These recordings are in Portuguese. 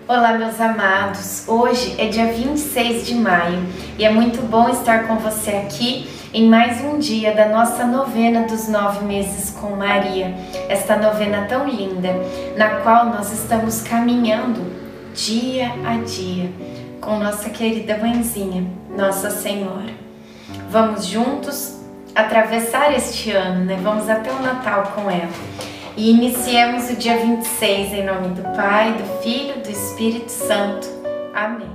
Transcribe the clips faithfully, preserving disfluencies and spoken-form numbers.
Olá, meus amados! Hoje é dia vinte e seis de maio e é muito bom estar com você aqui em mais um dia da nossa novena dos nove meses com Maria, esta novena tão linda, na qual nós estamos caminhando dia a dia com nossa querida mãezinha, Nossa Senhora. Vamos juntos atravessar este ano, né? Vamos até o Natal com ela. E iniciemos o dia vinte e seis em nome do Pai, do Filho e do Espírito Santo. Amém.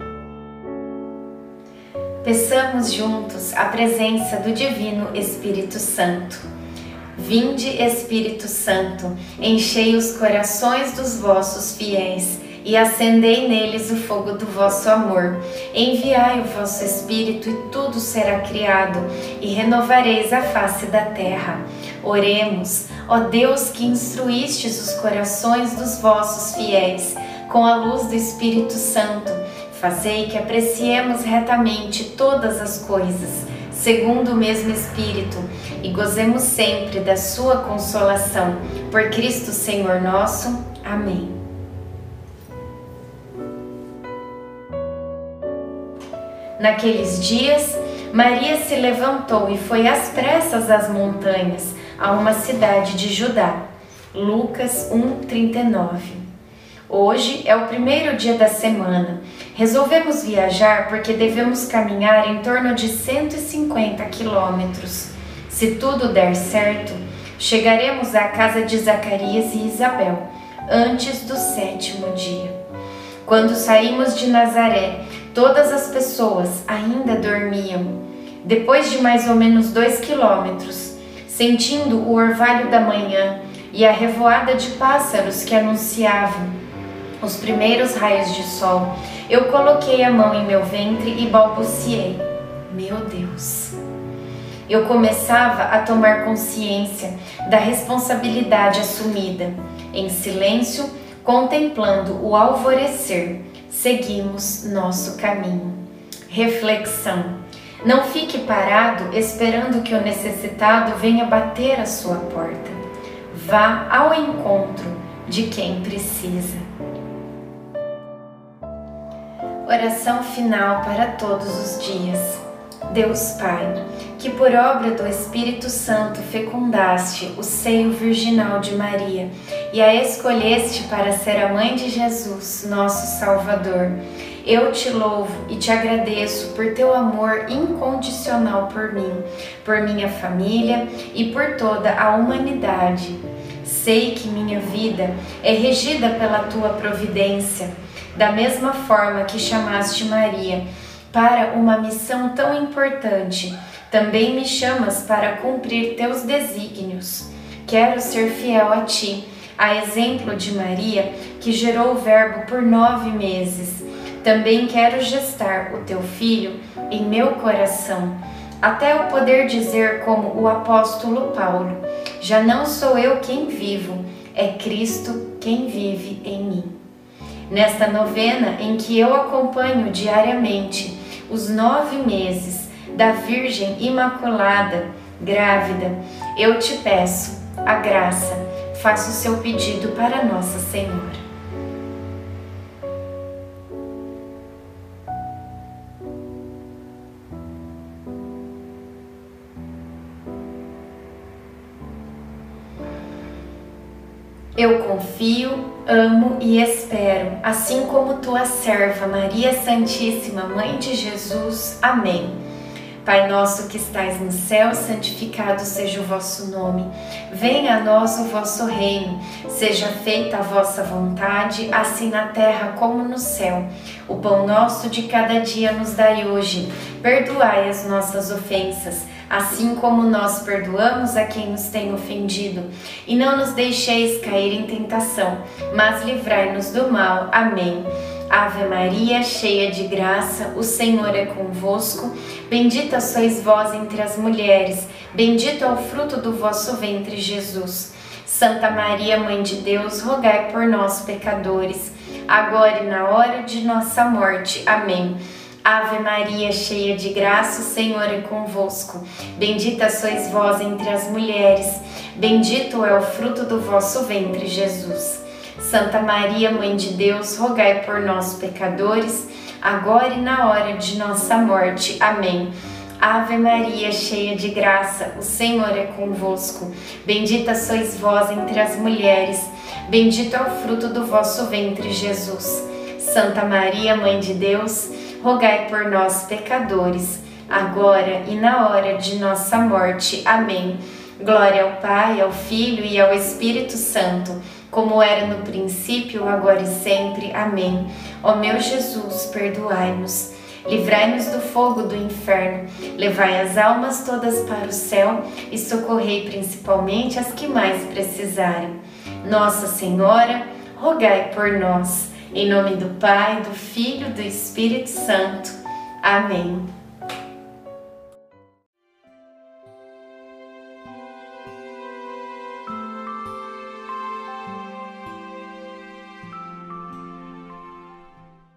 Peçamos juntos a presença do Divino Espírito Santo. Vinde, Espírito Santo, enchei os corações dos vossos fiéis e acendei neles o fogo do vosso amor. Enviai o vosso Espírito e tudo será criado e renovareis a face da terra. Oremos, ó Deus que instruístes os corações dos vossos fiéis com a luz do Espírito Santo, fazei que apreciemos retamente todas as coisas, segundo o mesmo Espírito, e gozemos sempre da sua consolação. Por Cristo Senhor nosso. Amém. Naqueles dias, Maria se levantou e foi às pressas às montanhas, a uma cidade de Judá. Lucas um, trinta e nove. Hoje é o primeiro dia da semana. Resolvemos viajar porque devemos caminhar em torno de cento e cinquenta quilômetros. Se tudo der certo, chegaremos à casa de Zacarias e Isabel, antes do sétimo dia. Quando saímos de Nazaré, todas as pessoas ainda dormiam. Depois de mais ou menos dois quilômetros, sentindo o orvalho da manhã e a revoada de pássaros que anunciavam os primeiros raios de sol, eu coloquei a mão em meu ventre e balbuciei: meu Deus! Eu começava a tomar consciência da responsabilidade assumida. Em silêncio, contemplando o alvorecer, seguimos nosso caminho. Reflexão: não fique parado esperando que o necessitado venha bater à sua porta. Vá ao encontro de quem precisa. Oração final para todos os dias. Deus Pai, que por obra do Espírito Santo fecundaste o seio virginal de Maria e a escolheste para ser a mãe de Jesus, nosso Salvador, eu te louvo e te agradeço por teu amor incondicional por mim, por minha família e por toda a humanidade. Sei que minha vida é regida pela tua providência, da mesma forma que chamaste Maria para uma missão tão importante, também me chamas para cumprir teus desígnios. Quero ser fiel a ti, a exemplo de Maria, que gerou o Verbo por nove meses. Também quero gestar o teu Filho em meu coração, até eu poder dizer como o apóstolo Paulo: já não sou eu quem vivo, é Cristo quem vive em mim. Nesta novena em que eu acompanho diariamente os nove meses da Virgem Imaculada, grávida, eu te peço a graça, faça o seu pedido para Nossa Senhora. Eu confio, amo e espero, assim como tua serva Maria Santíssima, Mãe de Jesus. Amém. Pai nosso que estais no céu, santificado seja o vosso nome. Venha a nós o vosso reino. Seja feita a vossa vontade, assim na terra como no céu. O pão nosso de cada dia nos dai hoje. Perdoai as nossas ofensas, assim como nós perdoamos a quem nos tem ofendido. E não nos deixeis cair em tentação, mas livrai-nos do mal. Amém. Ave Maria, cheia de graça, o Senhor é convosco. Bendita sois vós entre as mulheres, bendito é o fruto do vosso ventre, Jesus. Santa Maria, Mãe de Deus, rogai por nós, pecadores, agora e na hora de nossa morte. Amém. Ave Maria, cheia de graça, o Senhor é convosco. Bendita sois vós entre as mulheres, bendito é o fruto do vosso ventre, Jesus. Santa Maria, Mãe de Deus, rogai por nós, pecadores, agora e na hora de nossa morte. Amém. Ave Maria, cheia de graça, o Senhor é convosco. Bendita sois vós entre as mulheres, bendito é o fruto do vosso ventre, Jesus. Santa Maria, Mãe de Deus, rogai por nós, pecadores, agora e na hora de nossa morte. Amém. Glória ao Pai, ao Filho e ao Espírito Santo, como era no princípio, agora e sempre. Amém. Ó meu Jesus, perdoai-nos. Livrai-nos do fogo do inferno, levai as almas todas para o céu e socorrei principalmente as que mais precisarem. Nossa Senhora, rogai por nós. Em nome do Pai, do Filho e do Espírito Santo. Amém.